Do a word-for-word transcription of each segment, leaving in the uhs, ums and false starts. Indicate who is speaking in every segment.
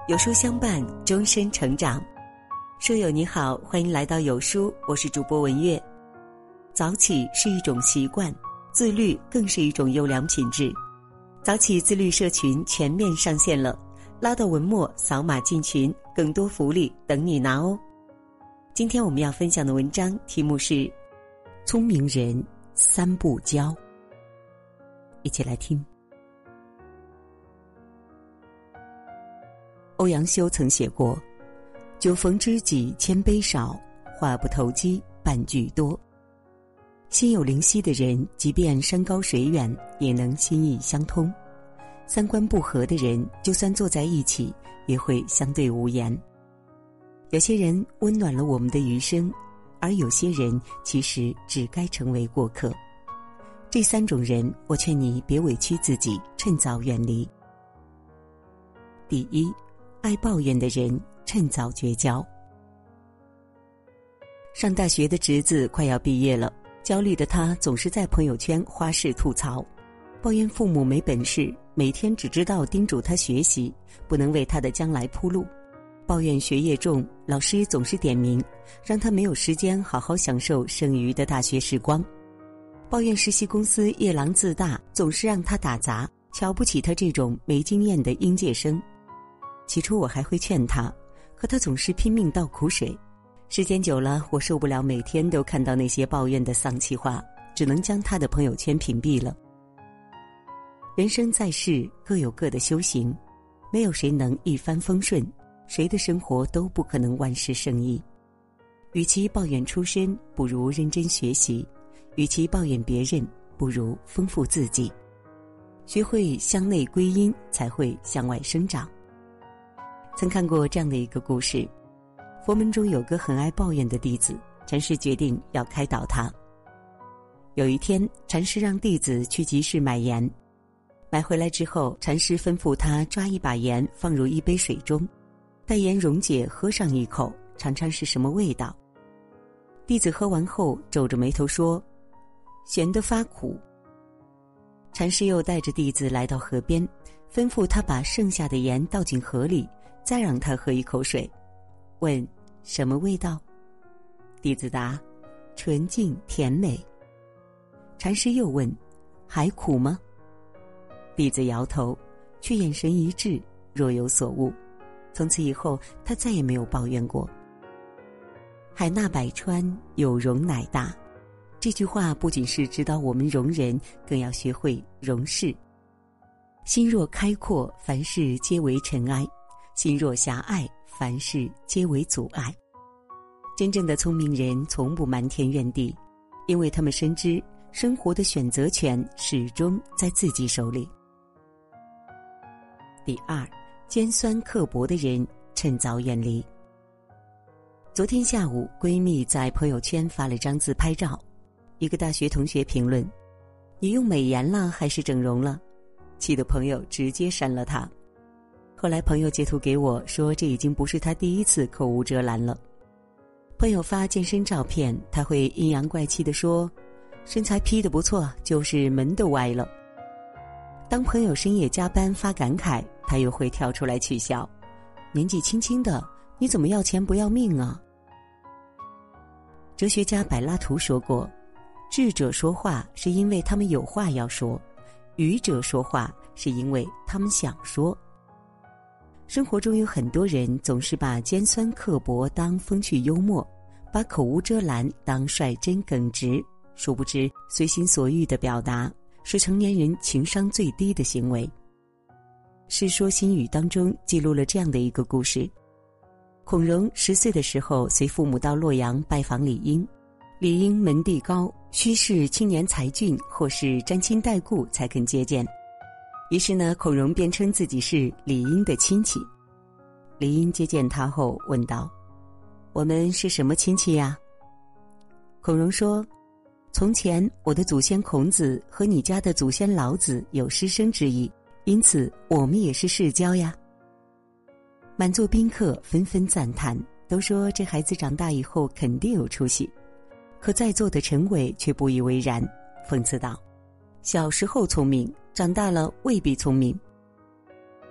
Speaker 1: 有书相伴，终身成长。书友你好，欢迎来到有书，我是主播文月。早起是一种习惯，自律更是一种优良品质。早起自律社群全面上线了，拉到文末扫码进群，更多福利等你拿哦。今天我们要分享的文章题目是聪明人三不教，一起来听。欧阳修曾写过，酒逢知己千杯少，话不投机半句多。心有灵犀的人，即便山高水远，也能心意相通。三观不合的人，就算坐在一起，也会相对无言。有些人温暖了我们的余生，而有些人其实只该成为过客。这三种人，我劝你别委屈自己，趁早远离。第一，爱抱怨的人，趁早绝交。上大学的侄子快要毕业了，焦虑的他总是在朋友圈花式吐槽，抱怨父母没本事，每天只知道叮嘱他学习，不能为他的将来铺路，抱怨学业重，老师总是点名，让他没有时间好好享受剩余的大学时光，抱怨实习公司夜郎自大，总是让他打杂，瞧不起他这种没经验的应届生。起初我还会劝他，可他总是拼命倒苦水。时间久了，我受不了每天都看到那些抱怨的丧气话，只能将他的朋友圈屏蔽了。人生在世，各有各的修行，没有谁能一帆风顺，谁的生活都不可能万事胜意。与其抱怨出身，不如认真学习；与其抱怨别人，不如丰富自己。学会向内归因，才会向外生长。曾看过这样的一个故事，佛门中有个很爱抱怨的弟子，禅师决定要开导他。有一天，禅师让弟子去集市买盐，买回来之后，禅师吩咐他抓一把盐放入一杯水中，待盐溶解，喝上一口，尝尝是什么味道。弟子喝完后皱着眉头说，咸得发苦。禅师又带着弟子来到河边，吩咐他把剩下的盐倒进河里，再让他喝一口水，问什么味道？弟子答，纯净甜美。禅师又问，还苦吗？弟子摇头，却眼神一致，若有所悟。从此以后，他再也没有抱怨过。海纳百川，有容乃大。这句话不仅是指导我们容人，更要学会容事。心若开阔，凡事皆为尘埃；心若狭隘，凡事皆为阻碍。真正的聪明人从不瞒天怨地，因为他们深知生活的选择权始终在自己手里。第二，尖酸刻薄的人，趁早远离。昨天下午，闺蜜在朋友圈发了张自拍照，一个大学同学评论，你用美颜了还是整容了？气得朋友直接删了她。后来朋友截图给我说，这已经不是他第一次口无遮拦了。朋友发健身照片，他会阴阳怪气地说，身材 P 得不错，就是门都歪了。当朋友深夜加班发感慨，他又会跳出来取笑，年纪轻轻的，你怎么要钱不要命啊？哲学家柏拉图说过，智者说话是因为他们有话要说，愚者说话是因为他们想说。生活中有很多人总是把尖酸刻薄当风趣幽默，把口无遮拦当率真耿直，殊不知随心所欲的表达是成年人情商最低的行为。《世说新语》当中记录了这样的一个故事，孔融十岁的时候随父母到洛阳拜访李英，李英门第高，须是青年才俊或是沾亲带故才肯接见。于是呢，孔融便称自己是李英的亲戚。李英接见他后问道，我们是什么亲戚呀？孔融说，从前我的祖先孔子和你家的祖先老子有师生之意，因此我们也是世交呀。满座宾客纷纷赞叹，都说这孩子长大以后肯定有出息。可在座的陈伟却不以为然，讽刺道，小时候聪明，长大了未必聪明。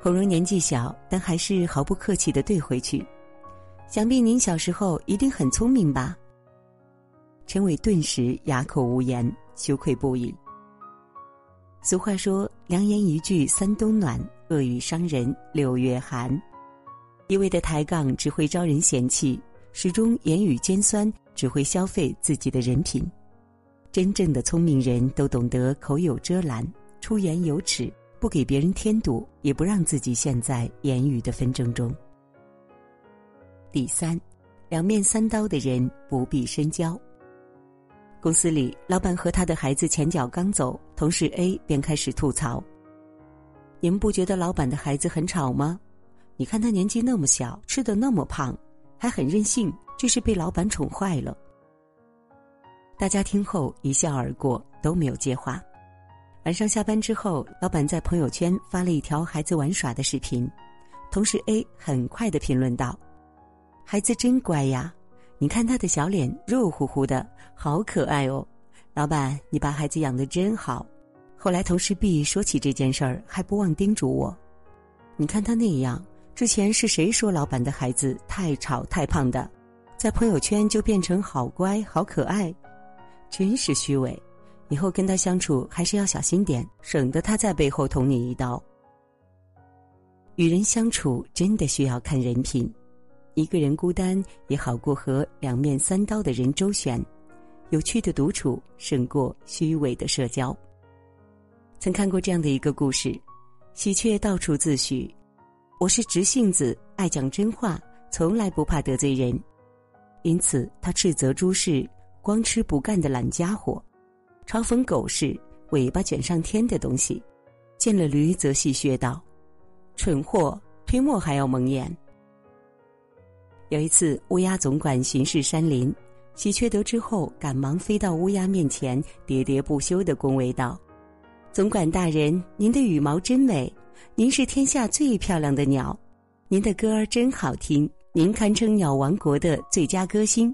Speaker 1: 红荣年纪小，但还是毫不客气地对回去：想必您小时候一定很聪明吧？陈伟顿时哑口无言，羞愧不已。俗话说，良言一句三冬暖，恶语伤人六月寒。一味的抬杠只会招人嫌弃，始终言语尖酸，只会消费自己的人品。真正的聪明人都懂得口有遮拦，出言有尺，不给别人添堵，也不让自己陷在言语的纷争中。第三，两面三刀的人不必深交。公司里，老板和他的孩子前脚刚走，同事 A 便开始吐槽：你们不觉得老板的孩子很吵吗？你看他年纪那么小，吃得那么胖，还很任性，就是被老板宠坏了。大家听后一笑而过，都没有接话。晚上下班之后，老板在朋友圈发了一条孩子玩耍的视频，同事 A 很快地评论道：孩子真乖呀，你看他的小脸肉乎乎的，好可爱哦，老板你把孩子养得真好。后来同事 B 说起这件事儿，还不忘叮嘱我：你看他那样，之前是谁说老板的孩子太吵太胖的，在朋友圈就变成好乖好可爱，真是虚伪，以后跟他相处还是要小心点，省得他在背后捅你一刀。与人相处真的需要看人品，一个人孤单也好过和两面三刀的人周旋，有趣的独处胜过虚伪的社交。曾看过这样的一个故事，喜鹊到处自诩：我是直性子，爱讲真话，从来不怕得罪人。因此他斥责诸事光吃不干的懒家伙，嘲讽狗是尾巴卷上天的东西。见了驴则戏谑道：蠢货，推磨还要蒙眼。有一次乌鸦总管巡视山林，喜鹊得知后赶忙飞到乌鸦面前，喋喋不休地恭维道：总管大人，您的羽毛真美，您是天下最漂亮的鸟，您的歌儿真好听，您堪称鸟王国的最佳歌星。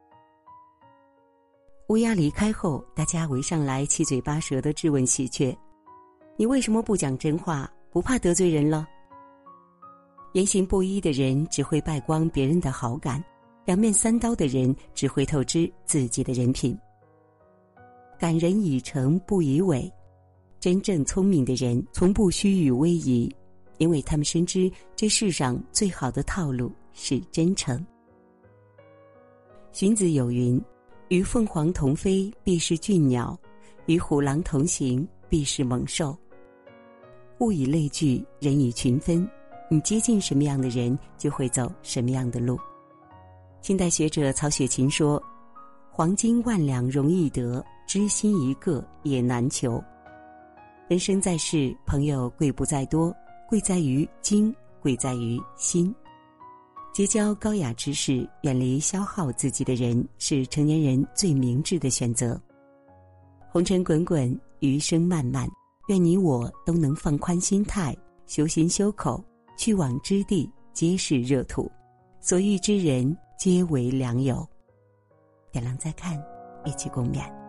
Speaker 1: 乌鸦离开后，大家围上来七嘴八舌地质问喜鹊：你为什么不讲真话，不怕得罪人了？言行不一的人只会败光别人的好感，两面三刀的人只会透支自己的人品。感人以诚不以伪，真正聪明的人从不虚与委蛇，因为他们深知这世上最好的套路是真诚。荀子有云：与凤凰同飞，必是俊鸟；与虎狼同行，必是猛兽。物以类聚，人以群分，你接近什么样的人，就会走什么样的路。清代学者曹雪芹说：黄金万两容易得，知心一个也难求。人生在世，朋友贵不在多，贵在于精，贵在于心。结交高雅之士，远离消耗自己的人，是成年人最明智的选择。红尘滚滚，余生漫漫，愿你我都能放宽心态，修心修口，去往之地皆是热土，所遇之人皆为良友。点亮再看，一起共勉。